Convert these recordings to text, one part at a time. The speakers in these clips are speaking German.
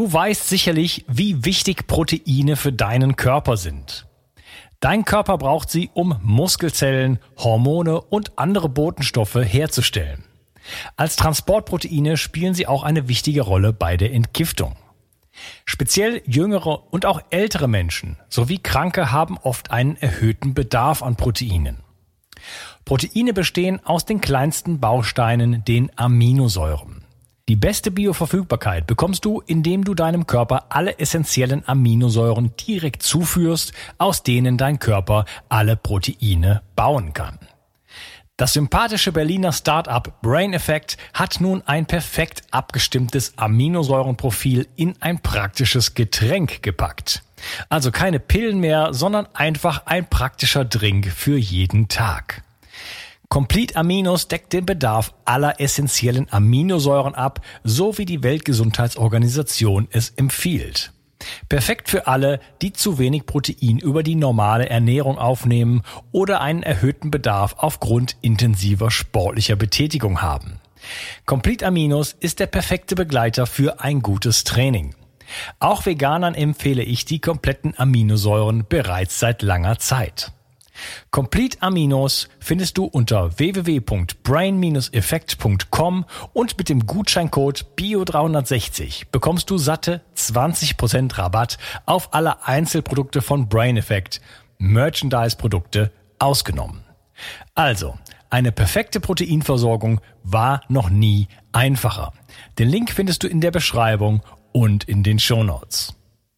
Du weißt sicherlich, wie wichtig Proteine für deinen Körper sind. Dein Körper braucht sie, um Muskelzellen, Hormone und andere Botenstoffe herzustellen. Als Transportproteine spielen sie auch eine wichtige Rolle bei der Entgiftung. Speziell jüngere und auch ältere Menschen sowie Kranke haben oft einen erhöhten Bedarf an Proteinen. Proteine bestehen aus den kleinsten Bausteinen, den Aminosäuren. Die beste Bioverfügbarkeit bekommst du, indem du deinem Körper alle essentiellen Aminosäuren direkt zuführst, aus denen dein Körper alle Proteine bauen kann. Das sympathische Berliner Start-up Brain Effect hat nun ein perfekt abgestimmtes Aminosäurenprofil in ein praktisches Getränk gepackt. Also keine Pillen mehr, sondern einfach ein praktischer Drink für jeden Tag. Complete Aminos deckt den Bedarf aller essentiellen Aminosäuren ab, so wie die Weltgesundheitsorganisation es empfiehlt. Perfekt für alle, die zu wenig Protein über die normale Ernährung aufnehmen oder einen erhöhten Bedarf aufgrund intensiver sportlicher Betätigung haben. Complete Aminos ist der perfekte Begleiter für ein gutes Training. Auch Veganern empfehle ich die kompletten Aminosäuren bereits seit langer Zeit. Complete Aminos findest du unter www.brain-effekt.com und mit dem Gutscheincode BIO360 bekommst du satte 20% Rabatt auf alle Einzelprodukte von Brain Effect, Merchandise-Produkte ausgenommen. Also, eine perfekte Proteinversorgung war noch nie einfacher. Den Link findest du in der Beschreibung und in den Shownotes.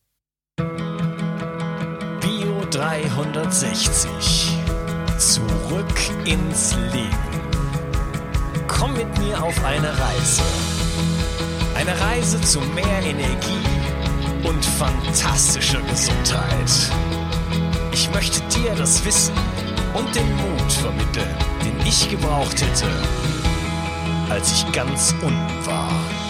360. Zurück ins Leben. Komm mit mir auf eine Reise. Eine Reise zu mehr Energie und fantastischer Gesundheit. Ich möchte dir das Wissen und den Mut vermitteln, den ich gebraucht hätte, als ich ganz unten war.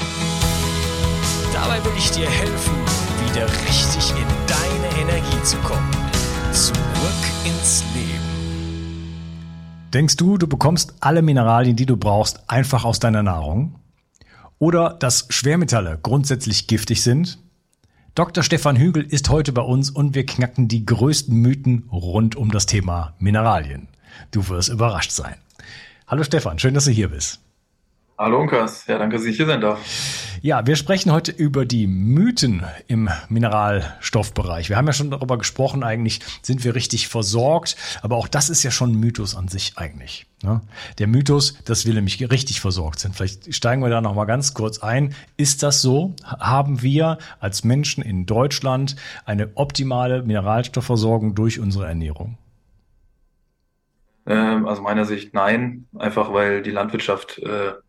Dabei will ich dir helfen, wieder richtig in deine Energie zu kommen. Zurück ins Leben. Denkst du, du bekommst alle Mineralien, die du brauchst, einfach aus deiner Nahrung? Oder dass Schwermetalle grundsätzlich giftig sind? Dr. Stefan Hügel ist heute bei uns und wir knacken die größten Mythen rund um das Thema Mineralien. Du wirst überrascht sein. Hallo Stefan, schön, dass du hier bist. Hallo Unkas, ja, danke, dass ich hier sein darf. Ja, wir sprechen heute über die Mythen im Mineralstoffbereich. Wir haben ja schon darüber gesprochen, eigentlich sind wir richtig versorgt, aber auch das ist ja schon ein Mythos an sich eigentlich. Ne? Der Mythos, dass wir nämlich richtig versorgt sind. Vielleicht steigen wir da noch mal ganz kurz ein. Ist das so? Haben wir als Menschen in Deutschland eine optimale Mineralstoffversorgung durch unsere Ernährung? Aus meiner Sicht nein, einfach weil die Landwirtschaft,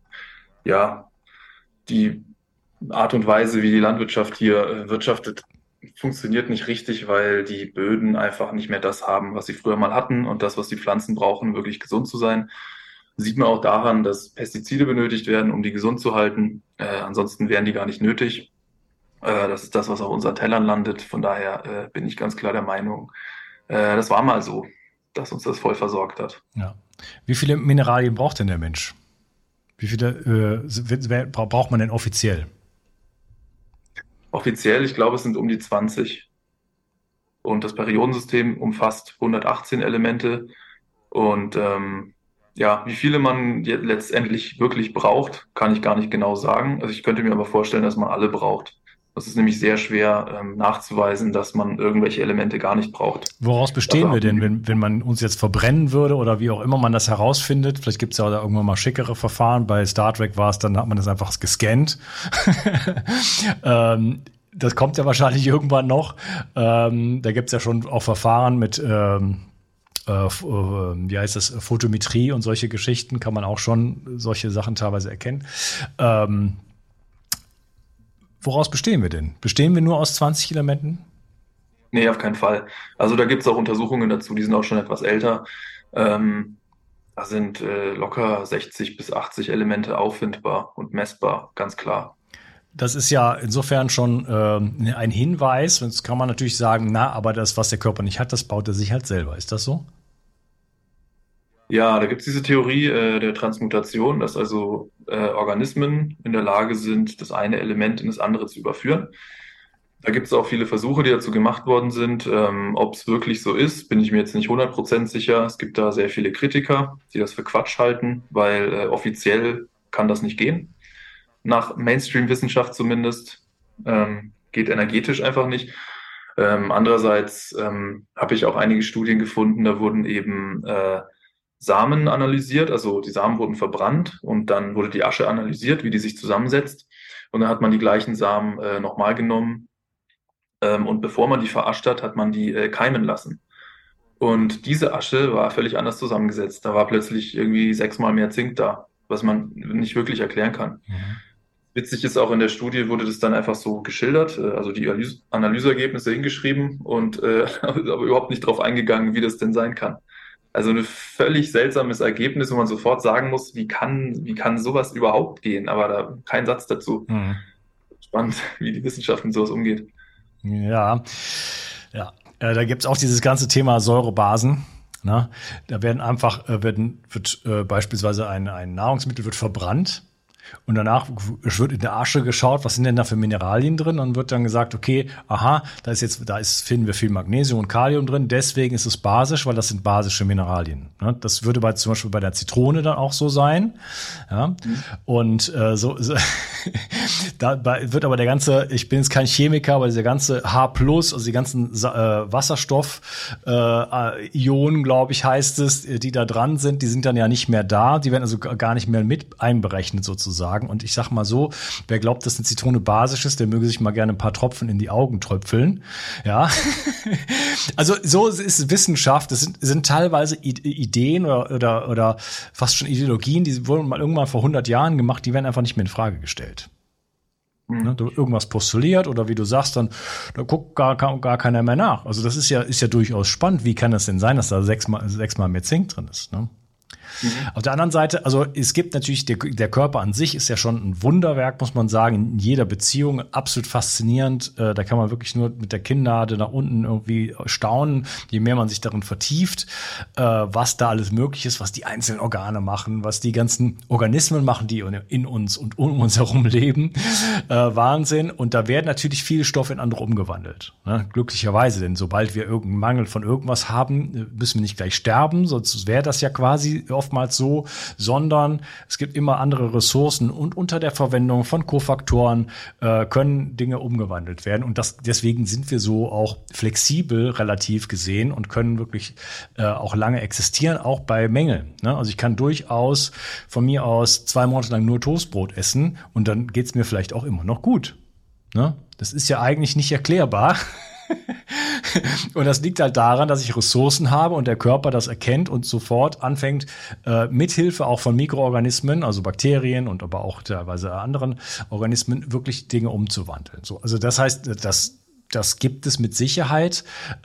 die Art und Weise, wie die Landwirtschaft hier wirtschaftet, funktioniert nicht richtig, weil die Böden einfach nicht mehr das haben, was sie früher mal hatten und das, was die Pflanzen brauchen, wirklich gesund zu sein. Sieht man auch daran, dass Pestizide benötigt werden, um die gesund zu halten. Ansonsten wären die gar nicht nötig. Das ist das, was auf unseren Tellern landet. Von daher bin ich ganz klar der Meinung, das war mal so, dass uns das voll versorgt hat. Ja. Wie viele Mineralien braucht denn der Mensch? Wie viele braucht man denn offiziell? Offiziell, ich glaube, es sind um die 20. Und das Periodensystem umfasst 118 Elemente. Und wie viele man letztendlich wirklich braucht, kann ich gar nicht genau sagen. Also ich könnte mir aber vorstellen, dass man alle braucht. Das ist nämlich sehr schwer nachzuweisen, dass man irgendwelche Elemente gar nicht braucht. Woraus bestehen wir denn, wenn man uns jetzt verbrennen würde oder wie auch immer man das herausfindet? Vielleicht gibt es ja irgendwann mal schickere Verfahren. Bei Star Trek war es, dann hat man das einfach gescannt. Das kommt ja wahrscheinlich irgendwann noch. Da gibt es ja schon auch Verfahren mit Photometrie und solche Geschichten. Kann man auch schon solche Sachen teilweise erkennen. Woraus bestehen wir denn? Bestehen wir nur aus 20 Elementen? Nee, auf keinen Fall. Also da gibt es auch Untersuchungen dazu, die sind auch schon etwas älter. Da sind locker 60 bis 80 Elemente auffindbar und messbar, ganz klar. Das ist ja insofern schon ein Hinweis. Jetzt kann man natürlich sagen, aber das, was der Körper nicht hat, das baut er sich halt selber. Ist das so? Ja, da gibt es diese Theorie der Transmutation, dass also Organismen in der Lage sind, das eine Element in das andere zu überführen. Da gibt es auch viele Versuche, die dazu gemacht worden sind. Ob es wirklich so ist, bin ich mir jetzt nicht 100% sicher. Es gibt da sehr viele Kritiker, die das für Quatsch halten, weil offiziell kann das nicht gehen. Nach Mainstream-Wissenschaft zumindest. Geht energetisch einfach nicht. Andererseits habe ich auch einige Studien gefunden, da wurden eben Samen analysiert, also die Samen wurden verbrannt und dann wurde die Asche analysiert, wie die sich zusammensetzt. Und dann hat man die gleichen Samen nochmal genommen und bevor man die verascht hat, hat man die keimen lassen. Und diese Asche war völlig anders zusammengesetzt. Da war plötzlich irgendwie 6-mal mehr Zink da, was man nicht wirklich erklären kann. Mhm. Witzig ist auch in der Studie wurde das dann einfach so geschildert, also die Analyseergebnisse hingeschrieben und aber überhaupt nicht drauf eingegangen, wie das denn sein kann. Also ein völlig seltsames Ergebnis, wo man sofort sagen muss, wie kann sowas überhaupt gehen? Aber da kein Satz dazu. Mhm. Spannend, wie die Wissenschaft mit sowas umgeht. Ja, ja. Da gibt's auch dieses ganze Thema Säurebasen. Ne? Da werden einfach, wird beispielsweise ein Nahrungsmittel wird verbrannt. Und danach wird in der Asche geschaut, was sind denn da für Mineralien drin? Und wird dann gesagt, okay, aha, finden wir viel Magnesium und Kalium drin, deswegen ist es basisch, weil das sind basische Mineralien. Das würde zum Beispiel bei der Zitrone dann auch so sein. Ja. Und dabei wird aber ich bin jetzt kein Chemiker, aber dieser ganze H+, also die ganzen Wasserstoff-Ionen, glaube ich, heißt es, die da dran sind, die sind dann ja nicht mehr da, die werden also gar nicht mehr mit einberechnet sozusagen. Und ich sag mal so, wer glaubt, dass eine Zitrone basisch ist, der möge sich mal gerne ein paar Tropfen in die Augen tröpfeln. Ja. Also so ist Wissenschaft. Das sind teilweise Ideen oder fast schon Ideologien, die wurden mal irgendwann vor 100 Jahren gemacht, die werden einfach nicht mehr in Frage gestellt. Ne, du irgendwas postuliert oder wie du sagst, dann guckt gar keiner mehr nach. Also das ist ja durchaus spannend. Wie kann das denn sein, dass da sechsmal mehr Zink drin ist? Ne? Auf der anderen Seite, also es gibt natürlich, der Körper an sich ist ja schon ein Wunderwerk, muss man sagen, in jeder Beziehung, absolut faszinierend. Da kann man wirklich nur mit der Kinnlade nach unten irgendwie staunen, je mehr man sich darin vertieft, was da alles möglich ist, was die einzelnen Organe machen, was die ganzen Organismen machen, die in uns und um uns herum leben. Wahnsinn. Und da werden natürlich viele Stoffe in andere umgewandelt. Ne? Glücklicherweise, denn sobald wir irgendeinen Mangel von irgendwas haben, müssen wir nicht gleich sterben, sonst wäre das ja quasi oftmals so, sondern es gibt immer andere Ressourcen und unter der Verwendung von Kofaktoren können Dinge umgewandelt werden und deswegen sind wir so auch flexibel relativ gesehen und können wirklich auch lange existieren, auch bei Mängeln. Ne? Also ich kann durchaus von mir aus 2 Monate lang nur Toastbrot essen und dann geht's mir vielleicht auch immer noch gut. Ne? Das ist ja eigentlich nicht erklärbar. Und das liegt halt daran, dass ich Ressourcen habe und der Körper das erkennt und sofort anfängt, mithilfe auch von Mikroorganismen, also Bakterien und aber auch teilweise anderen Organismen, wirklich Dinge umzuwandeln. So, also das heißt, das gibt es mit Sicherheit,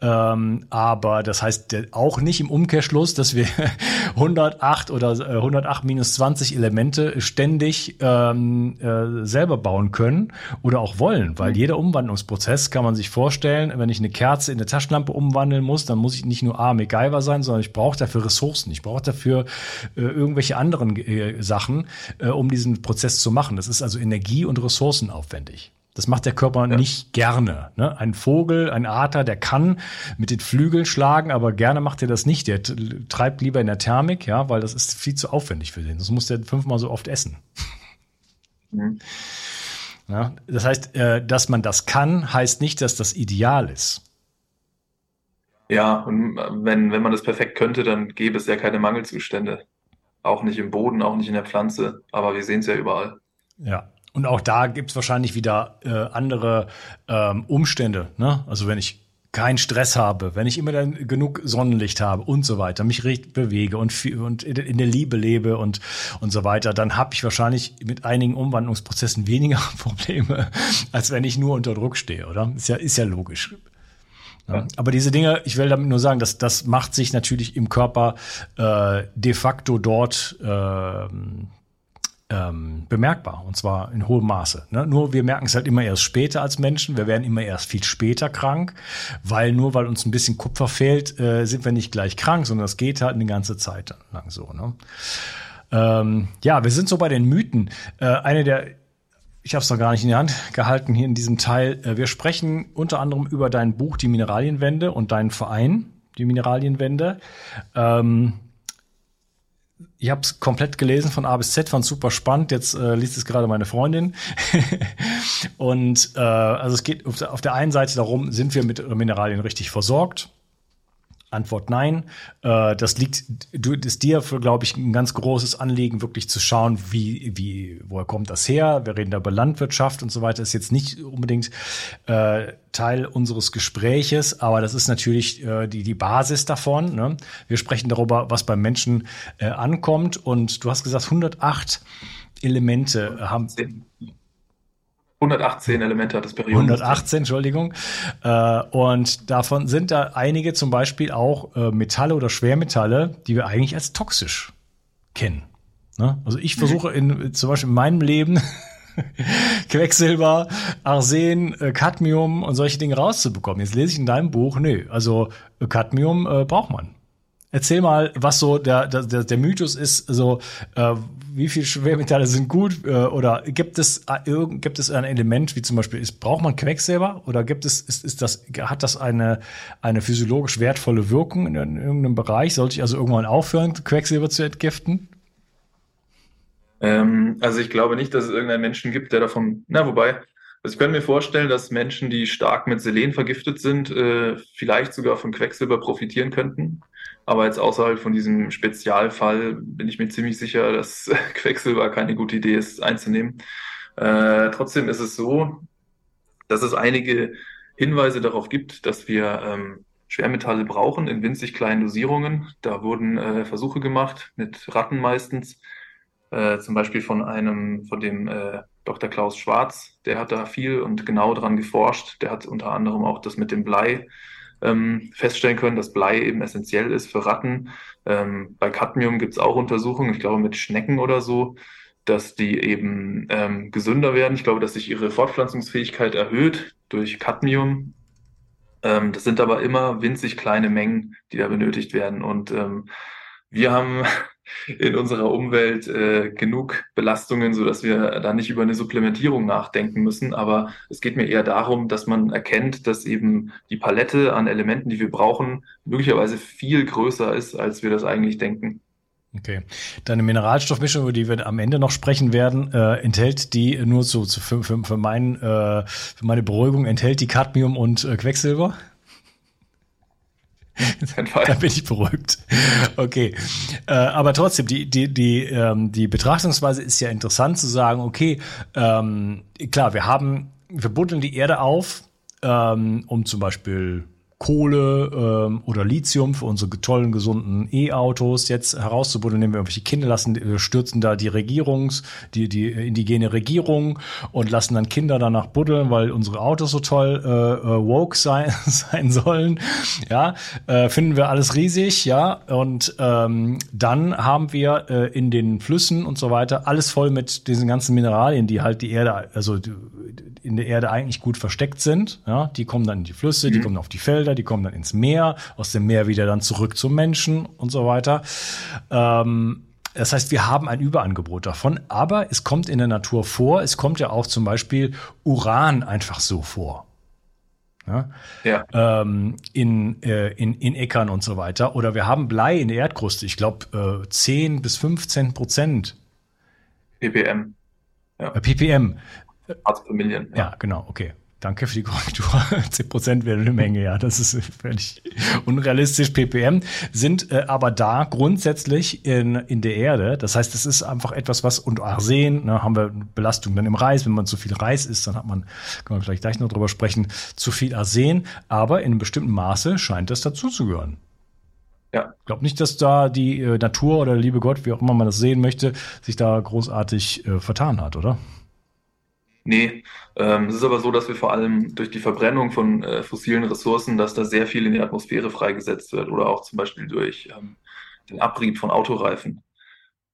aber das heißt auch nicht im Umkehrschluss, dass wir 108 oder 108 minus 20 Elemente ständig selber bauen können oder auch wollen, weil jeder Umwandlungsprozess kann man sich vorstellen, wenn ich eine Kerze in eine Taschenlampe umwandeln muss, dann muss ich nicht nur MacGyver sein, sondern ich brauche dafür Ressourcen, ich brauche dafür irgendwelche anderen Sachen, um diesen Prozess zu machen. Das ist also energie- und ressourcenaufwendig. Das macht der Körper nicht gerne. Ne? Ein Vogel, ein Adler, der kann mit den Flügeln schlagen, aber gerne macht er das nicht. Der treibt lieber in der Thermik, ja, weil das ist viel zu aufwendig für den. Das muss der 5-mal so oft essen. Mhm. Ja, das heißt, dass man das kann, heißt nicht, dass das ideal ist. Ja, und wenn man das perfekt könnte, dann gäbe es ja keine Mangelzustände. Auch nicht im Boden, auch nicht in der Pflanze. Aber wir sehen es ja überall. Ja. Und auch da gibt's wahrscheinlich wieder andere Umstände. Ne? Also wenn ich keinen Stress habe, wenn ich immer dann genug Sonnenlicht habe und so weiter, mich richtig bewege und in der Liebe lebe und so weiter, dann habe ich wahrscheinlich mit einigen Umwandlungsprozessen weniger Probleme, als wenn ich nur unter Druck stehe, oder? Ist ja logisch. Ja. Aber diese Dinge, ich will damit nur sagen, das macht sich natürlich im Körper de facto dort bemerkbar, und zwar in hohem Maße. Ne? Nur wir merken es halt immer erst später als Menschen. Wir werden immer erst viel später krank, weil uns ein bisschen Kupfer fehlt, sind wir nicht gleich krank, sondern das geht halt eine ganze Zeit lang so. Ne? Wir sind so bei den Mythen. Ich habe es noch gar nicht in die Hand gehalten hier in diesem Teil. Wir sprechen unter anderem über dein Buch Die Mineralienwende und deinen Verein, die Mineralienwende. Ich habe es komplett gelesen von A bis Z, fand super spannend. Jetzt liest es gerade meine Freundin. Und also es geht auf der einen Seite darum, sind wir mit Mineralien richtig versorgt? Antwort nein. Das ist dir, glaube ich, ein ganz großes Anliegen, wirklich zu schauen, woher kommt das her? Wir reden da über Landwirtschaft und so weiter. Das ist jetzt nicht unbedingt Teil unseres Gespräches, aber das ist natürlich die Basis davon. Ne? Wir sprechen darüber, was beim Menschen ankommt. Und du hast gesagt, 108 Elemente haben. 118 Elemente hat das Periodensystem. 118, Entschuldigung. Und davon sind da einige zum Beispiel auch Metalle oder Schwermetalle, die wir eigentlich als toxisch kennen. Ne? Also ich versuche zum Beispiel in meinem Leben Quecksilber, Arsen, Cadmium und solche Dinge rauszubekommen. Jetzt lese ich in deinem Buch, also Cadmium braucht man. Erzähl mal, was so der Mythos ist, so wie viel Schwermetalle sind gut oder gibt es ein Element, wie zum Beispiel braucht man Quecksilber oder hat das eine physiologisch wertvolle Wirkung in irgendeinem Bereich? Sollte ich also irgendwann aufhören, Quecksilber zu entgiften? Also ich glaube nicht, dass es irgendeinen Menschen gibt, der davon, also ich könnte mir vorstellen, dass Menschen, die stark mit Selen vergiftet sind, vielleicht sogar von Quecksilber profitieren könnten. Aber jetzt außerhalb von diesem Spezialfall bin ich mir ziemlich sicher, dass Quecksilber keine gute Idee ist, einzunehmen. Trotzdem ist es so, dass es einige Hinweise darauf gibt, dass wir Schwermetalle brauchen in winzig kleinen Dosierungen. Da wurden Versuche gemacht, mit Ratten meistens, zum Beispiel von dem Dr. Klaus Schwarz, der hat da viel und genau dran geforscht. Der hat unter anderem auch das mit dem Blei feststellen können, dass Blei eben essentiell ist für Ratten. Bei Cadmium gibt es auch Untersuchungen, ich glaube mit Schnecken oder so, dass die eben gesünder werden. Ich glaube, dass sich ihre Fortpflanzungsfähigkeit erhöht durch Cadmium. Das sind aber immer winzig kleine Mengen, die da benötigt werden. Und wir haben in unserer Umwelt genug Belastungen, sodass wir da nicht über eine Supplementierung nachdenken müssen. Aber es geht mir eher darum, dass man erkennt, dass eben die Palette an Elementen, die wir brauchen, möglicherweise viel größer ist, als wir das eigentlich denken. Okay. Deine Mineralstoffmischung, über die wir am Ende noch sprechen werden, enthält die nur für meine Beruhigung, enthält die Cadmium und Quecksilber? Da bin ich beruhigt. Okay. Aber trotzdem, die Betrachtungsweise ist ja interessant zu sagen, okay, klar, wir buddeln die Erde auf, um zum Beispiel Kohle oder Lithium für unsere tollen, gesunden E-Autos jetzt herauszubuddeln, indem wir irgendwelche Kinder stürzen da die indigene Regierung und lassen dann Kinder danach buddeln, weil unsere Autos so toll woke sein sollen. Ja, finden wir alles riesig, ja. Und dann haben wir in den Flüssen und so weiter alles voll mit diesen ganzen Mineralien, die halt die Erde, also in der Erde eigentlich gut versteckt sind. Ja, die kommen dann in die Flüsse, die kommen auf die Felder, die kommen dann ins Meer, aus dem Meer wieder dann zurück zum Menschen und so weiter. Das heißt, wir haben ein Überangebot davon, aber es kommt in der Natur vor. Es kommt ja auch zum Beispiel Uran einfach so vor. Ja. In Äckern und so weiter. Oder wir haben Blei in der Erdkruste. Ich glaube 10-15%. ppm. Ja. ppm. Parts per Million. Ja, genau, okay. Danke für die Korrektur. 10% wäre eine Menge, ja. Das ist völlig unrealistisch. ppm sind aber da grundsätzlich in der Erde. Das heißt, es ist einfach etwas, und Arsen, haben wir Belastung dann im Reis. Wenn man zu viel Reis isst, dann kann man vielleicht gleich noch drüber sprechen, zu viel Arsen. Aber in einem bestimmten Maße scheint das dazuzugehören. Ja. Ich glaube nicht, dass da die Natur oder der liebe Gott, wie auch immer man das sehen möchte, sich da großartig vertan hat, oder? Nee, es ist aber so, dass wir vor allem durch die Verbrennung von fossilen Ressourcen, dass da sehr viel in die Atmosphäre freigesetzt wird oder auch zum Beispiel durch den Abrieb von Autoreifen.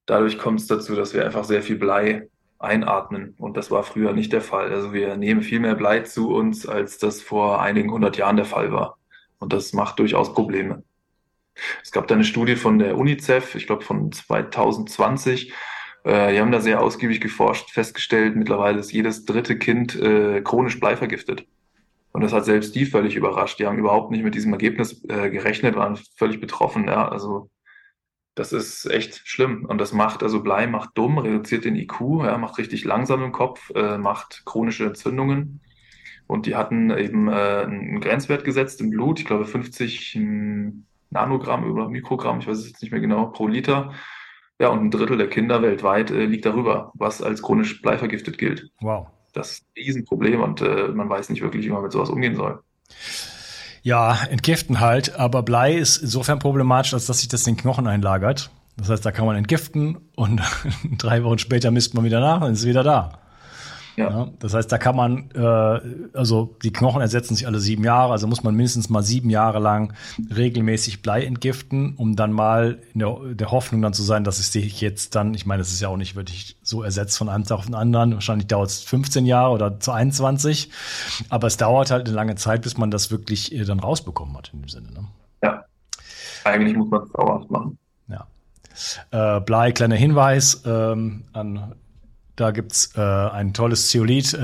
Dadurch kommt es dazu, dass wir einfach sehr viel Blei einatmen. Und das war früher nicht der Fall. Also wir nehmen viel mehr Blei zu uns, als das vor einigen 100 Jahren der Fall war. Und das macht durchaus Probleme. Es gab da eine Studie von der UNICEF, ich glaube von 2020. Die haben da sehr ausgiebig geforscht, festgestellt, mittlerweile ist jedes dritte Kind chronisch bleivergiftet. Und das hat selbst die völlig überrascht. Die haben überhaupt nicht mit diesem Ergebnis gerechnet, waren völlig betroffen. Ja, also das ist echt schlimm. Und das macht, also Blei macht dumm, reduziert den IQ, ja, macht richtig langsam im Kopf, macht chronische Entzündungen. Und die hatten eben einen Grenzwert gesetzt im Blut, ich glaube 50 Nanogramm oder Mikrogramm, ich weiß es jetzt nicht mehr genau, pro Liter. Ja, und ein Drittel der Kinder weltweit liegt darüber, was als chronisch bleivergiftet gilt. Wow. Das ist ein Riesenproblem und man weiß nicht wirklich, wie man mit sowas umgehen soll. Ja, entgiften halt, aber Blei ist insofern problematisch, als dass sich das in den Knochen einlagert. Das heißt, da kann man entgiften und 3 Wochen später misst man wieder nach und ist wieder da. Ja, das heißt, da kann man, also die Knochen ersetzen sich alle 7 Jahre, also muss man mindestens mal 7 Jahre lang regelmäßig Blei entgiften, um dann mal in der Hoffnung dann zu sein, dass es sich jetzt dann, ich meine, das ist ja auch nicht wirklich so ersetzt von einem Tag auf den anderen, wahrscheinlich dauert es 15 Jahre oder zu 21, aber es dauert halt eine lange Zeit, bis man das wirklich dann rausbekommen hat in dem Sinne. Ne? Ja, eigentlich muss man es dauerhaft machen. Ja. Blei, kleiner Hinweis da gibt's ein tolles Zeolit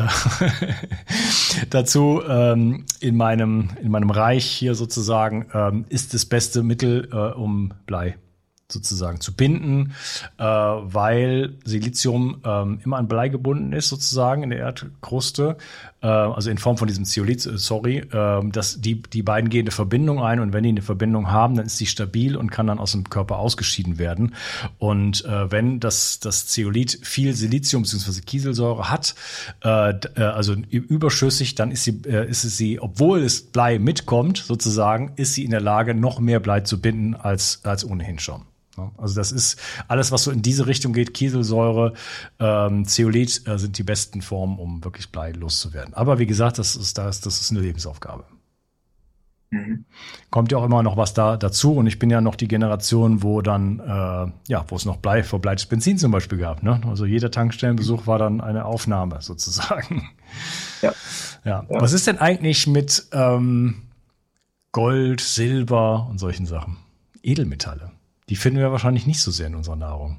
dazu. In meinem Reich hier sozusagen ist das beste Mittel, um Blei sozusagen zu binden, weil Silizium immer an Blei gebunden ist sozusagen in der Erdkruste, also in Form von diesem Zeolit, dass die beiden gehen eine Verbindung ein und wenn die eine Verbindung haben, dann ist die stabil und kann dann aus dem Körper ausgeschieden werden. Und wenn das Zeolit viel Silizium bzw. Kieselsäure hat, also überschüssig, dann ist sie, obwohl es Blei mitkommt sozusagen, ist sie in der Lage, noch mehr Blei zu binden als ohnehin schon. Also das ist alles, was so in diese Richtung geht. Kieselsäure, Zeolit sind die besten Formen, um wirklich Blei loszuwerden. Aber wie gesagt, das ist eine Lebensaufgabe. Mhm. Kommt ja auch immer noch was dazu. Und ich bin ja noch die Generation, wo dann, wo es noch verbleites Benzin zum Beispiel gab. Ne? Also jeder Tankstellenbesuch war dann eine Aufnahme sozusagen. Ja. Was ist denn eigentlich mit Gold, Silber und solchen Sachen? Edelmetalle. Die finden wir wahrscheinlich nicht so sehr in unserer Nahrung.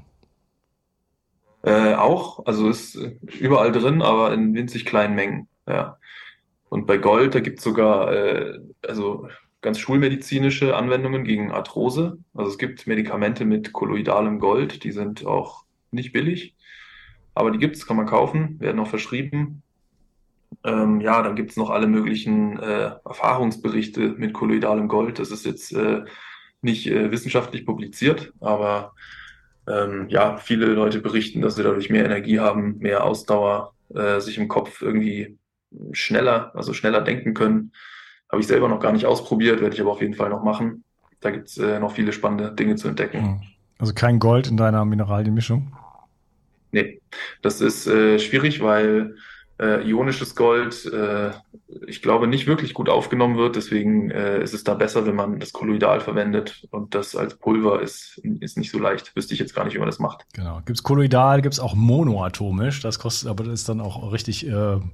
Auch, also ist überall drin, aber in winzig kleinen Mengen. Ja. Und bei Gold, da gibt es sogar also ganz schulmedizinische Anwendungen gegen Arthrose. Also es gibt Medikamente mit kolloidalem Gold, die sind auch nicht billig, aber die gibt's, kann man kaufen, werden auch verschrieben. Dann gibt's noch alle möglichen Erfahrungsberichte mit kolloidalem Gold. Das ist jetzt nicht wissenschaftlich publiziert, aber viele Leute berichten, dass sie dadurch mehr Energie haben, mehr Ausdauer, sich im Kopf irgendwie schneller denken können. Habe ich selber noch gar nicht ausprobiert, werde ich aber auf jeden Fall noch machen. Da gibt's noch viele spannende Dinge zu entdecken. Also kein Gold in deiner Mineralienmischung? Nee, das ist schwierig, weil ionisches Gold, ich glaube, nicht wirklich gut aufgenommen wird. Deswegen ist es da besser, wenn man das Kolloidal verwendet. Und das als Pulver ist nicht so leicht. Wüsste ich jetzt gar nicht, wie man das macht. Genau. Gibt's Kolloidal, gibt's auch monoatomisch. Das kostet, aber das ist dann auch richtig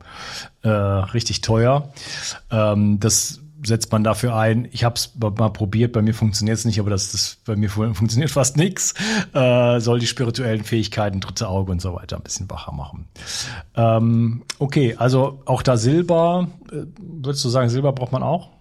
teuer. Das setzt man dafür ein. Ich habe es mal probiert, bei mir funktioniert es nicht, aber bei mir funktioniert fast nichts. Soll die spirituellen Fähigkeiten, dritte Auge und so weiter ein bisschen wacher machen. Okay, also auch da Silber. Würdest du sagen, Silber braucht man auch?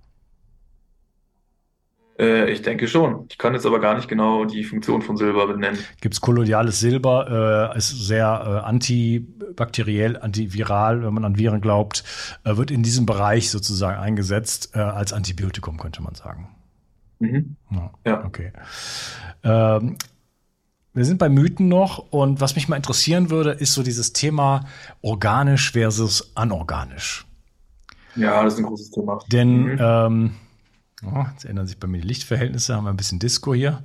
Ich denke schon. Ich kann jetzt aber gar nicht genau die Funktion von Silber benennen. Gibt's kolloidales Silber, ist sehr antibakteriell, antiviral, wenn man an Viren glaubt, wird in diesem Bereich sozusagen eingesetzt, als Antibiotikum, könnte man sagen. Mhm. Ja. Okay. Wir sind bei Mythen noch und was mich mal interessieren würde, ist so dieses Thema organisch versus anorganisch. Ja, das ist ein großes Thema. Denn jetzt ändern sich bei mir die Lichtverhältnisse, haben wir ein bisschen Disco hier.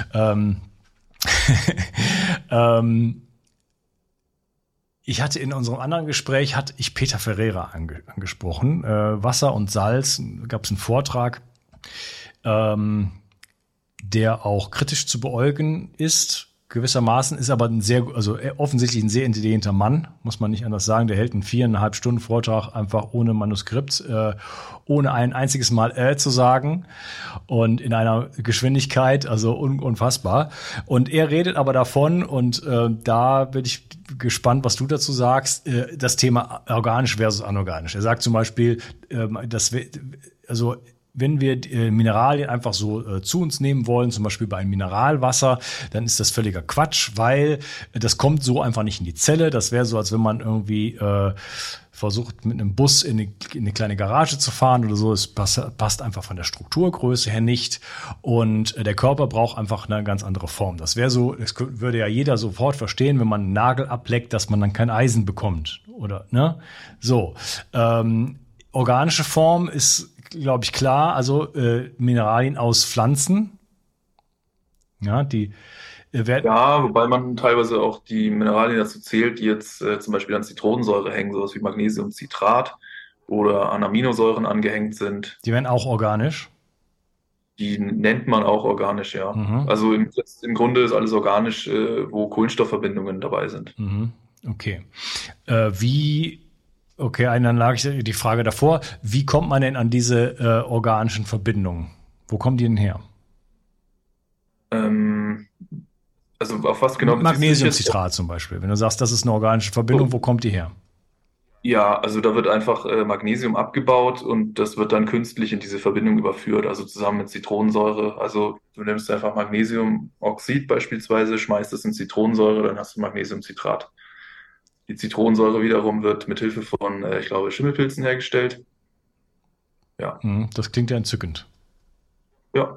Ich hatte in unserem anderen Gespräch, Peter Ferreira angesprochen. Wasser und Salz, gab es einen Vortrag, der auch kritisch zu beäugen ist. gewissermaßen, ist aber offensichtlich ein sehr intelligenter Mann, muss man nicht anders sagen. Der hält einen 4,5 Stunden Vortrag einfach ohne Manuskript, ohne ein einziges Mal zu sagen und in einer Geschwindigkeit, also unfassbar. Und er redet aber davon, und da bin ich gespannt, was du dazu sagst, das Thema organisch versus anorganisch. Er sagt zum Beispiel, wenn wir Mineralien einfach so zu uns nehmen wollen, zum Beispiel bei einem Mineralwasser, dann ist das völliger Quatsch, weil das kommt so einfach nicht in die Zelle. Das wäre so, als wenn man irgendwie versucht, mit einem Bus in eine kleine Garage zu fahren oder so. Es passt einfach von der Strukturgröße her nicht. Und der Körper braucht einfach eine ganz andere Form. Das wäre so, das würde ja jeder sofort verstehen, wenn man einen Nagel ableckt, dass man dann kein Eisen bekommt. Oder, ne? So. Organische Form ist, glaube ich, klar, also Mineralien aus Pflanzen. Ja, die werden. Ja, wobei man teilweise auch die Mineralien dazu zählt, die jetzt zum Beispiel an Zitronensäure hängen, sowas wie Magnesiumcitrat oder an Aminosäuren angehängt sind. Die werden auch organisch. Die nennt man auch organisch, ja. Mhm. Also im Grunde ist alles organisch, wo Kohlenstoffverbindungen dabei sind. Mhm. Okay. Okay, dann lag ich die Frage davor. Wie kommt man denn an diese organischen Verbindungen? Wo kommen die denn her? Also auf was genau? Magnesiumcitrat zum Beispiel. Wenn du sagst, das ist eine organische Verbindung, wo kommt die her? Ja, also da wird einfach Magnesium abgebaut und das wird dann künstlich in diese Verbindung überführt, also zusammen mit Zitronensäure. Also du nimmst einfach Magnesiumoxid beispielsweise, schmeißt es in Zitronensäure, dann hast du Magnesiumcitrat. Die Zitronensäure wiederum wird mit Hilfe von, ich glaube, Schimmelpilzen hergestellt. Ja. Das klingt ja entzückend. Ja.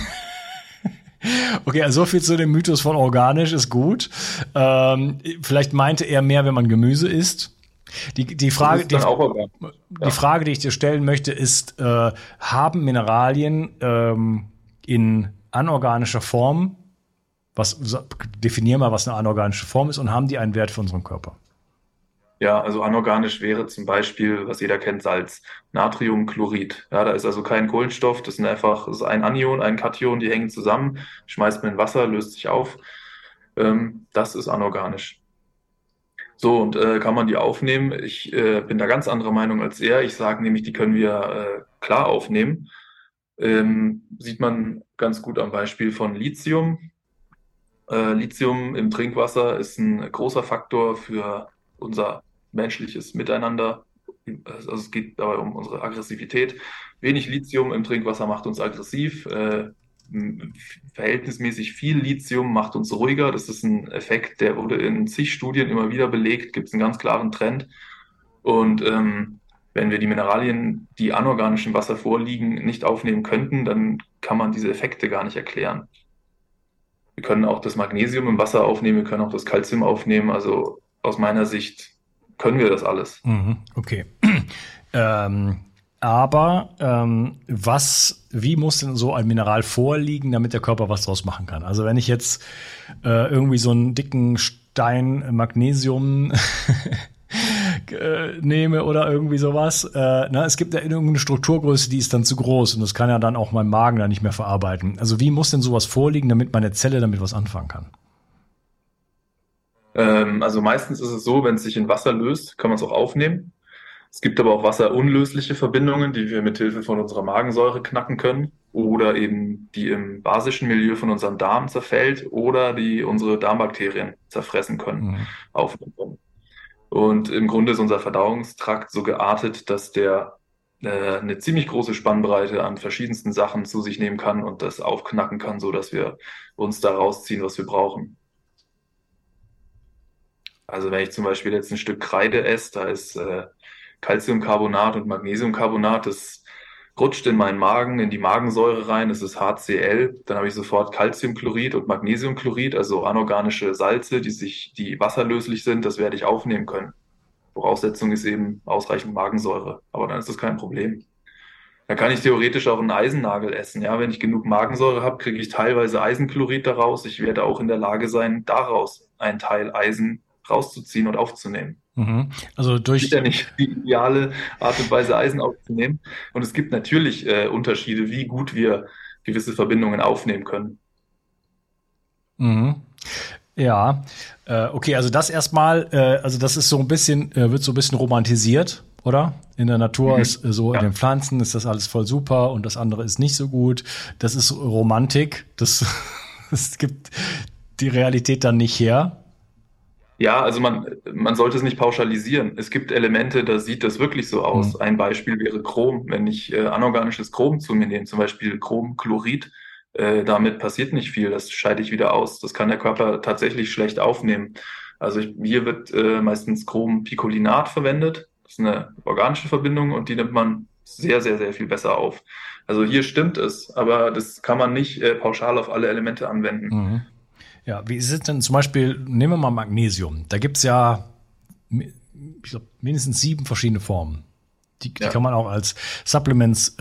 Okay, also so viel zu dem Mythos von organisch ist gut. Vielleicht meinte er mehr, wenn man Gemüse isst. Die Frage, die Frage, die ich dir stellen möchte, ist, haben Mineralien in anorganischer Form, definier mal, was eine anorganische Form ist, und haben die einen Wert für unseren Körper? Ja, also anorganisch wäre zum Beispiel, was jeder kennt, Salz, Natriumchlorid. Ja, da ist also kein Kohlenstoff, das ist ein Anion, ein Kation, die hängen zusammen, schmeißt man in Wasser, löst sich auf. Das ist anorganisch. So, und kann man die aufnehmen? Ich bin da ganz anderer Meinung als er. Ich sage nämlich, die können wir klar aufnehmen. Sieht man ganz gut am Beispiel von Lithium. Lithium im Trinkwasser ist ein großer Faktor für unser menschliches Miteinander. Also es geht dabei um unsere Aggressivität. Wenig Lithium im Trinkwasser macht uns aggressiv. Verhältnismäßig viel Lithium macht uns ruhiger. Das ist ein Effekt, der wurde in zig Studien immer wieder belegt. Gibt es einen ganz klaren Trend. Und wenn wir die Mineralien, die anorganisch im Wasser vorliegen, nicht aufnehmen könnten, dann kann man diese Effekte gar nicht erklären. Wir können auch das Magnesium im Wasser aufnehmen, wir können auch das Calcium aufnehmen. Also aus meiner Sicht können wir das alles. Okay. Wie muss denn so ein Mineral vorliegen, damit der Körper was draus machen kann? Also wenn ich jetzt irgendwie so einen dicken Stein Magnesium nehme oder irgendwie sowas, es gibt ja irgendeine Strukturgröße, die ist dann zu groß und das kann ja dann auch mein Magen dann nicht mehr verarbeiten. Also wie muss denn sowas vorliegen, damit meine Zelle damit was anfangen kann? Also meistens ist es so, wenn es sich in Wasser löst, kann man es auch aufnehmen. Es gibt aber auch wasserunlösliche Verbindungen, die wir mit Hilfe von unserer Magensäure knacken können oder eben die im basischen Milieu von unserem Darm zerfällt oder die unsere Darmbakterien zerfressen können, aufnehmen können. Und im Grunde ist unser Verdauungstrakt so geartet, dass der eine ziemlich große Spannbreite an verschiedensten Sachen zu sich nehmen kann und das aufknacken kann, so dass wir uns da rausziehen, was wir brauchen. Also wenn ich zum Beispiel jetzt ein Stück Kreide esse, da ist Calciumcarbonat und Magnesiumcarbonat, das rutscht in meinen Magen, in die Magensäure rein, das ist HCl, dann habe ich sofort Calciumchlorid und Magnesiumchlorid, also anorganische Salze, die wasserlöslich sind, das werde ich aufnehmen können. Voraussetzung ist eben ausreichend Magensäure, aber dann ist das kein Problem. Dann kann ich theoretisch auch einen Eisennagel essen. Ja, wenn ich genug Magensäure habe, kriege ich teilweise Eisenchlorid daraus. Ich werde auch in der Lage sein, daraus einen Teil Eisen rauszuziehen und aufzunehmen. Also das ist ja nicht die ideale Art und Weise, Eisen aufzunehmen. Und es gibt natürlich Unterschiede, wie gut wir gewisse Verbindungen aufnehmen können. Ja, okay, also das erstmal, also das ist so ein bisschen, wird so ein bisschen romantisiert, oder? In der Natur ist so, in den Pflanzen ist das alles voll super und das andere ist nicht so gut. Das ist Romantik, das gibt die Realität dann nicht her. Ja, also man sollte es nicht pauschalisieren. Es gibt Elemente, da sieht das wirklich so Hm. aus. Ein Beispiel wäre Chrom. Wenn ich anorganisches Chrom zu mir nehme, zum Beispiel Chromchlorid, damit passiert nicht viel. Das scheide ich wieder aus. Das kann der Körper tatsächlich schlecht aufnehmen. Also hier wird meistens Chrompicolinat verwendet. Das ist eine organische Verbindung und die nimmt man sehr, sehr, sehr viel besser auf. Also hier stimmt es, aber das kann man nicht pauschal auf alle Elemente anwenden. Mhm. Ja, wie ist es denn zum Beispiel, nehmen wir mal Magnesium. Da gibt's ja, ich glaube, mindestens 7 verschiedene Formen. Die Ja. kann man auch als Supplements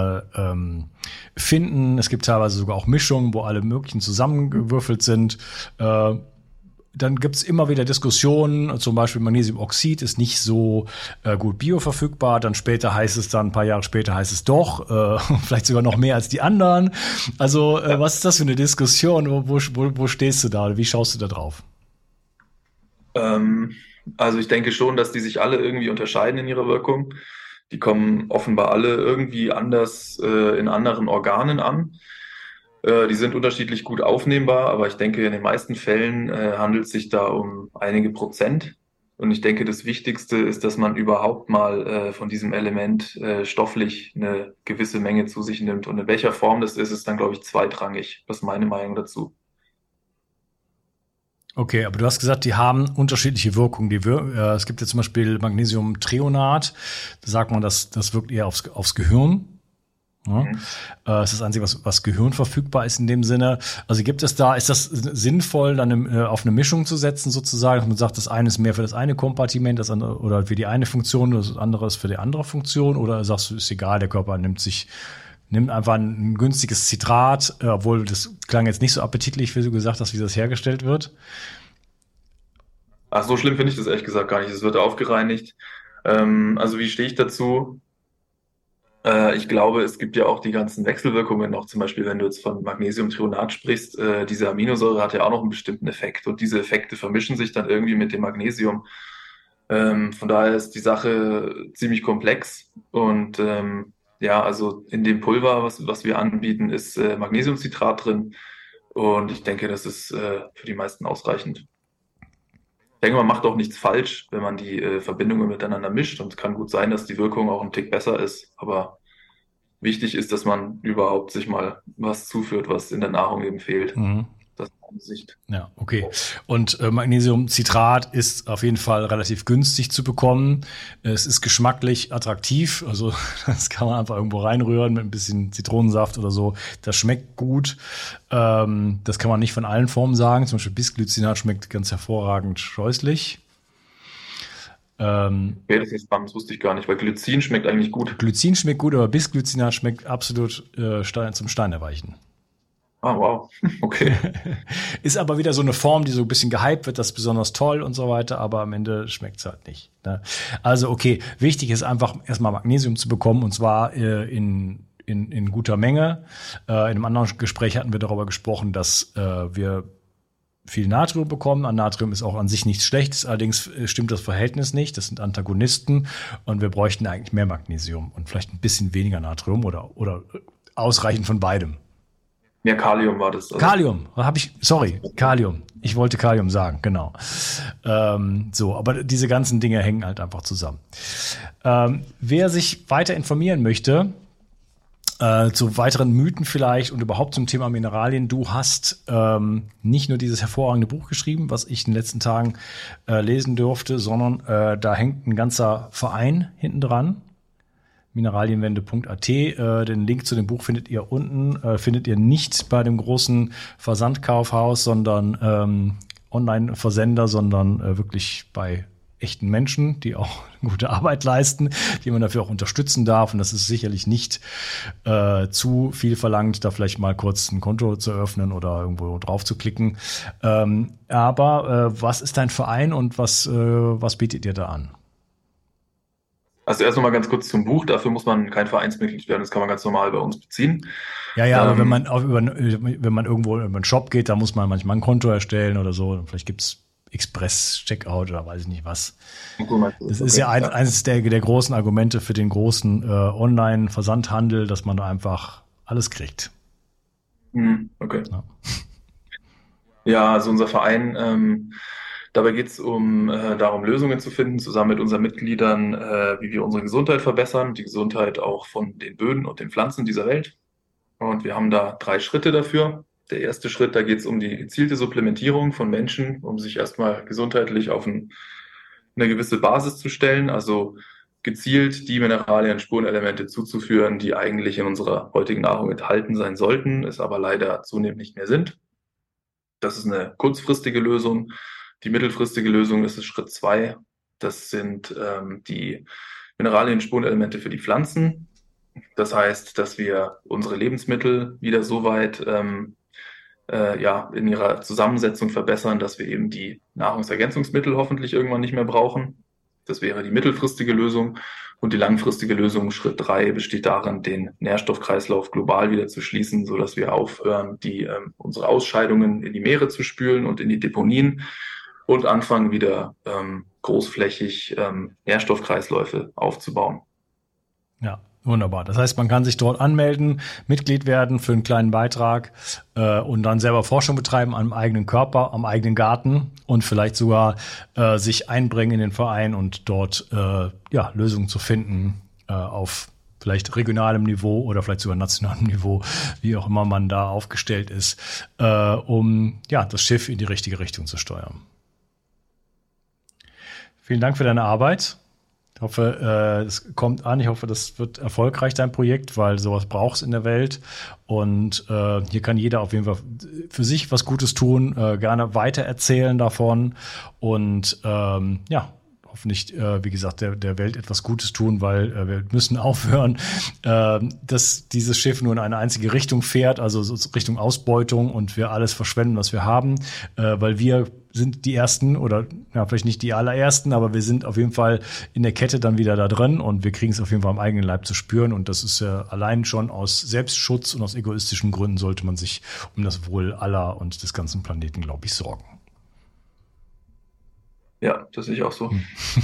finden. Es gibt teilweise sogar auch Mischungen, wo alle möglichen zusammengewürfelt sind. Dann gibt's immer wieder Diskussionen, zum Beispiel Magnesiumoxid ist nicht so gut bioverfügbar. Dann später heißt es dann, ein paar Jahre später heißt es doch, vielleicht sogar noch mehr als die anderen. Also was ist das für eine Diskussion? Wo stehst du da? Oder wie schaust du da drauf? Ähm, also ich denke schon, dass die sich alle irgendwie unterscheiden in ihrer Wirkung. Die kommen offenbar alle irgendwie anders in anderen Organen an. Die sind unterschiedlich gut aufnehmbar, aber ich denke, in den meisten Fällen handelt es sich da um einige Prozent. Und ich denke, das Wichtigste ist, dass man überhaupt mal von diesem Element stofflich eine gewisse Menge zu sich nimmt. Und in welcher Form das ist dann, glaube ich, zweitrangig. Das ist meine Meinung dazu. Okay, aber du hast gesagt, die haben unterschiedliche Wirkungen. Es gibt ja zum Beispiel Magnesiumthreonat. Da sagt man, das wirkt eher aufs Gehirn. Ja. Mhm. Es ist das Einzige, was Gehirn verfügbar ist in dem Sinne. Also ist das sinnvoll, dann auf eine Mischung zu setzen, sozusagen, dass man sagt, das eine ist mehr für das eine Kompartiment, das andere oder für die eine Funktion, das andere ist für die andere Funktion, oder sagst du, ist egal, der Körper nimmt einfach ein günstiges Citrat, obwohl das klang jetzt nicht so appetitlich, wie du gesagt hast, wie das hergestellt wird. Ach, so schlimm finde ich das ehrlich gesagt gar nicht. Es wird aufgereinigt. Also wie stehe ich dazu? Ich glaube, es gibt ja auch die ganzen Wechselwirkungen noch. Zum Beispiel, wenn du jetzt von Magnesiumthreonat sprichst, diese Aminosäure hat ja auch noch einen bestimmten Effekt und diese Effekte vermischen sich dann irgendwie mit dem Magnesium. Von daher ist die Sache ziemlich komplex und ja, also in dem Pulver, was wir anbieten, ist Magnesiumcitrat drin und ich denke, das ist für die meisten ausreichend. Ich denke, man macht auch nichts falsch, wenn man die Verbindungen miteinander mischt und es kann gut sein, dass die Wirkung auch ein Tick besser ist, aber wichtig ist, dass man überhaupt sich mal was zuführt, was in der Nahrung eben fehlt. Mhm. Das ist meine Sicht. Ja, okay. Und Magnesiumcitrat ist auf jeden Fall relativ günstig zu bekommen. Es ist geschmacklich attraktiv, also das kann man einfach irgendwo reinrühren mit ein bisschen Zitronensaft oder so. Das schmeckt gut. Das kann man nicht von allen Formen sagen. Zum Beispiel Bisglycinat schmeckt ganz hervorragend scheußlich. Okay, das ist spannend, das wusste ich gar nicht, weil Glycin schmeckt eigentlich gut. Glycin schmeckt gut, aber Bisglycinat schmeckt absolut zum Stein erweichen. Ah, wow. Okay. Ist aber wieder so eine Form, die so ein bisschen gehypt wird, das ist besonders toll und so weiter, aber am Ende schmeckt's halt nicht. Ne? Also okay, wichtig ist einfach erstmal Magnesium zu bekommen und zwar in guter Menge. In einem anderen Gespräch hatten wir darüber gesprochen, dass wir viel Natrium bekommen. An Natrium ist auch an sich nichts Schlechtes, allerdings stimmt das Verhältnis nicht. Das sind Antagonisten und wir bräuchten eigentlich mehr Magnesium und vielleicht ein bisschen weniger Natrium oder ausreichend von beidem. Mehr Kalium war das. Also. Kalium, Kalium. Ich wollte Kalium sagen, genau. So, aber diese ganzen Dinge hängen halt einfach zusammen. Wer sich weiter informieren möchte, zu weiteren Mythen vielleicht und überhaupt zum Thema Mineralien, du hast nicht nur dieses hervorragende Buch geschrieben, was ich in den letzten Tagen lesen durfte, sondern da hängt ein ganzer Verein hinten dran. Mineralienwende.at. Den Link zu dem Buch findet ihr unten. Findet ihr nicht bei dem großen Versandkaufhaus, sondern Online-Versender, sondern wirklich bei echten Menschen, die auch gute Arbeit leisten, die man dafür auch unterstützen darf. Und das ist sicherlich nicht zu viel verlangt, da vielleicht mal kurz ein Konto zu eröffnen oder irgendwo drauf zu klicken. Aber was ist dein Verein und was bietet ihr da an? Also erst noch mal ganz kurz zum Buch. Dafür muss man kein Vereinsmitglied werden. Das kann man ganz normal bei uns beziehen. Ja, aber wenn man irgendwo über einen Shop geht, da muss man manchmal ein Konto erstellen oder so. Vielleicht gibt's Express-Checkout oder weiß ich nicht was. Das ist ja eines der großen Argumente für den großen Online-Versandhandel, dass man da einfach alles kriegt. Okay. Ja, also unser Verein, dabei geht es darum, Lösungen zu finden, zusammen mit unseren Mitgliedern, wie wir unsere Gesundheit verbessern, die Gesundheit auch von den Böden und den Pflanzen dieser Welt. Und wir haben da 3 Schritte dafür. Der erste Schritt, da geht es um die gezielte Supplementierung von Menschen, um sich erstmal gesundheitlich auf eine gewisse Basis zu stellen, also gezielt die Mineralien, Spurenelemente zuzuführen, die eigentlich in unserer heutigen Nahrung enthalten sein sollten, es aber leider zunehmend nicht mehr sind. Das ist eine kurzfristige Lösung. Die mittelfristige Lösung ist Schritt 2. Das sind die Mineralien, Spurenelemente für die Pflanzen. Das heißt, dass wir unsere Lebensmittel wieder so weit in ihrer Zusammensetzung verbessern, dass wir eben die Nahrungsergänzungsmittel hoffentlich irgendwann nicht mehr brauchen. Das wäre die mittelfristige Lösung. Und die langfristige Lösung, Schritt 3, besteht darin, den Nährstoffkreislauf global wieder zu schließen, sodass wir aufhören, unsere Ausscheidungen in die Meere zu spülen und in die Deponien und anfangen wieder großflächig Nährstoffkreisläufe aufzubauen. Ja, wunderbar. Das heißt, man kann sich dort anmelden, Mitglied werden für einen kleinen Beitrag und dann selber Forschung betreiben am eigenen Körper, am eigenen Garten und vielleicht sogar sich einbringen in den Verein und dort Lösungen zu finden auf vielleicht regionalem Niveau oder vielleicht sogar nationalem Niveau, wie auch immer man da aufgestellt ist, um das Schiff in die richtige Richtung zu steuern. Vielen Dank für deine Arbeit. Ich hoffe, es kommt an. Ich hoffe, das wird erfolgreich, dein Projekt, weil sowas braucht es in der Welt. Und hier kann jeder auf jeden Fall für sich was Gutes tun, gerne weitererzählen davon. Und hoffentlich, wie gesagt, der Welt etwas Gutes tun, weil wir müssen aufhören, dass dieses Schiff nur in eine einzige Richtung fährt, also so Richtung Ausbeutung und wir alles verschwenden, was wir haben, weil wir sind die Ersten oder vielleicht nicht die allerersten, aber wir sind auf jeden Fall in der Kette dann wieder da drin und wir kriegen es auf jeden Fall am eigenen Leib zu spüren und das ist ja allein schon aus Selbstschutz und aus egoistischen Gründen sollte man sich um das Wohl aller und des ganzen Planeten, glaube ich, sorgen. Ja, das sehe ich auch so.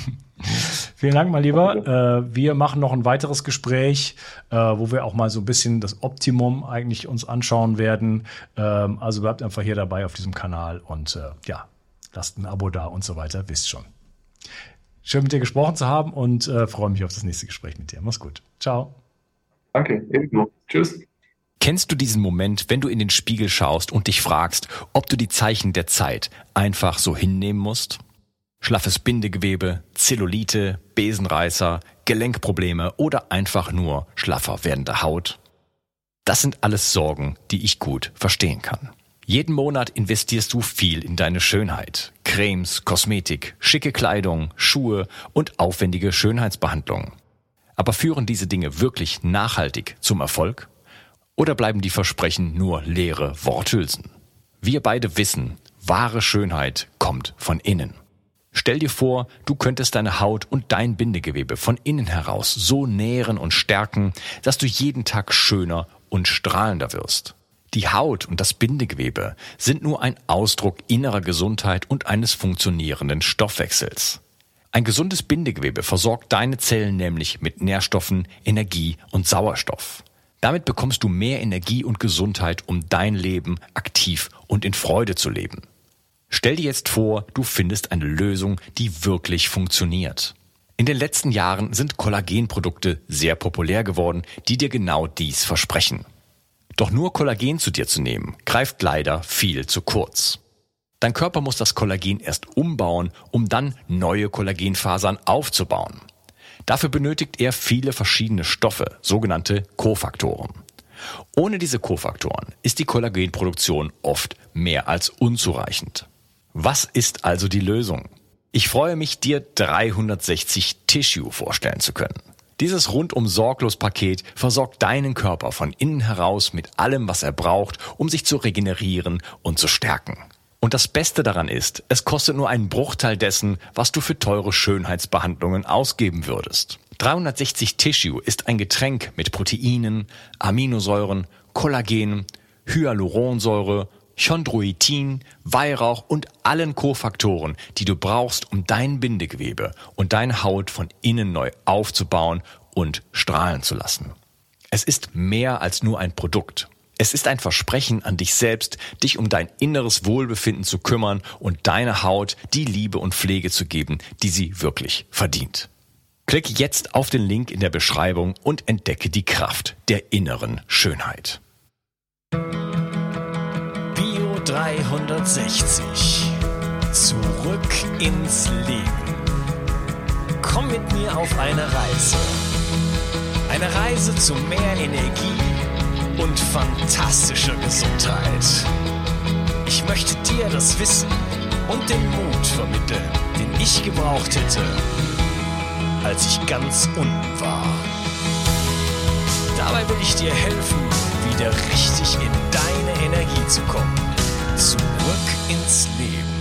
Vielen Dank, mein Lieber. Wir machen noch ein weiteres Gespräch, wo wir auch mal so ein bisschen das Optimum eigentlich uns anschauen werden. Also bleibt einfach hier dabei auf diesem Kanal und lasst ein Abo da und so weiter, wisst schon. Schön mit dir gesprochen zu haben und freue mich auf das nächste Gespräch mit dir. Mach's gut. Ciao. Danke, ebenso. Tschüss. Kennst du diesen Moment, wenn du in den Spiegel schaust und dich fragst, ob du die Zeichen der Zeit einfach so hinnehmen musst? Schlaffes Bindegewebe, Zellulite, Besenreißer, Gelenkprobleme oder einfach nur schlaffer werdende Haut? Das sind alles Sorgen, die ich gut verstehen kann. Jeden Monat investierst du viel in deine Schönheit. Cremes, Kosmetik, schicke Kleidung, Schuhe und aufwendige Schönheitsbehandlungen. Aber führen diese Dinge wirklich nachhaltig zum Erfolg? Oder bleiben die Versprechen nur leere Worthülsen? Wir beide wissen, wahre Schönheit kommt von innen. Stell dir vor, du könntest deine Haut und dein Bindegewebe von innen heraus so nähren und stärken, dass du jeden Tag schöner und strahlender wirst. Die Haut und das Bindegewebe sind nur ein Ausdruck innerer Gesundheit und eines funktionierenden Stoffwechsels. Ein gesundes Bindegewebe versorgt deine Zellen nämlich mit Nährstoffen, Energie und Sauerstoff. Damit bekommst du mehr Energie und Gesundheit, um dein Leben aktiv und in Freude zu leben. Stell dir jetzt vor, du findest eine Lösung, die wirklich funktioniert. In den letzten Jahren sind Kollagenprodukte sehr populär geworden, die dir genau dies versprechen. Doch nur Kollagen zu dir zu nehmen, greift leider viel zu kurz. Dein Körper muss das Kollagen erst umbauen, um dann neue Kollagenfasern aufzubauen. Dafür benötigt er viele verschiedene Stoffe, sogenannte Kofaktoren. Ohne diese Kofaktoren ist die Kollagenproduktion oft mehr als unzureichend. Was ist also die Lösung? Ich freue mich, dir 360 Tissue vorstellen zu können. Dieses rundum sorglos Paket versorgt deinen Körper von innen heraus mit allem, was er braucht, um sich zu regenerieren und zu stärken. Und das Beste daran ist, es kostet nur einen Bruchteil dessen, was du für teure Schönheitsbehandlungen ausgeben würdest. 360 Tissue ist ein Getränk mit Proteinen, Aminosäuren, Kollagen, Hyaluronsäure, Chondroitin, Weihrauch und allen Kofaktoren, die du brauchst, um dein Bindegewebe und deine Haut von innen neu aufzubauen und strahlen zu lassen. Es ist mehr als nur ein Produkt. Es ist ein Versprechen an dich selbst, dich um dein inneres Wohlbefinden zu kümmern und deiner Haut die Liebe und Pflege zu geben, die sie wirklich verdient. Klicke jetzt auf den Link in der Beschreibung und entdecke die Kraft der inneren Schönheit. Bio 360. Zurück ins Leben. Komm mit mir auf eine Reise. Eine Reise zu mehr Energie und fantastischer Gesundheit. Ich möchte dir das Wissen und den Mut vermitteln, den ich gebraucht hätte, als ich ganz unten war. Dabei will ich dir helfen, wieder richtig in deine Energie zu kommen. Zurück ins Leben.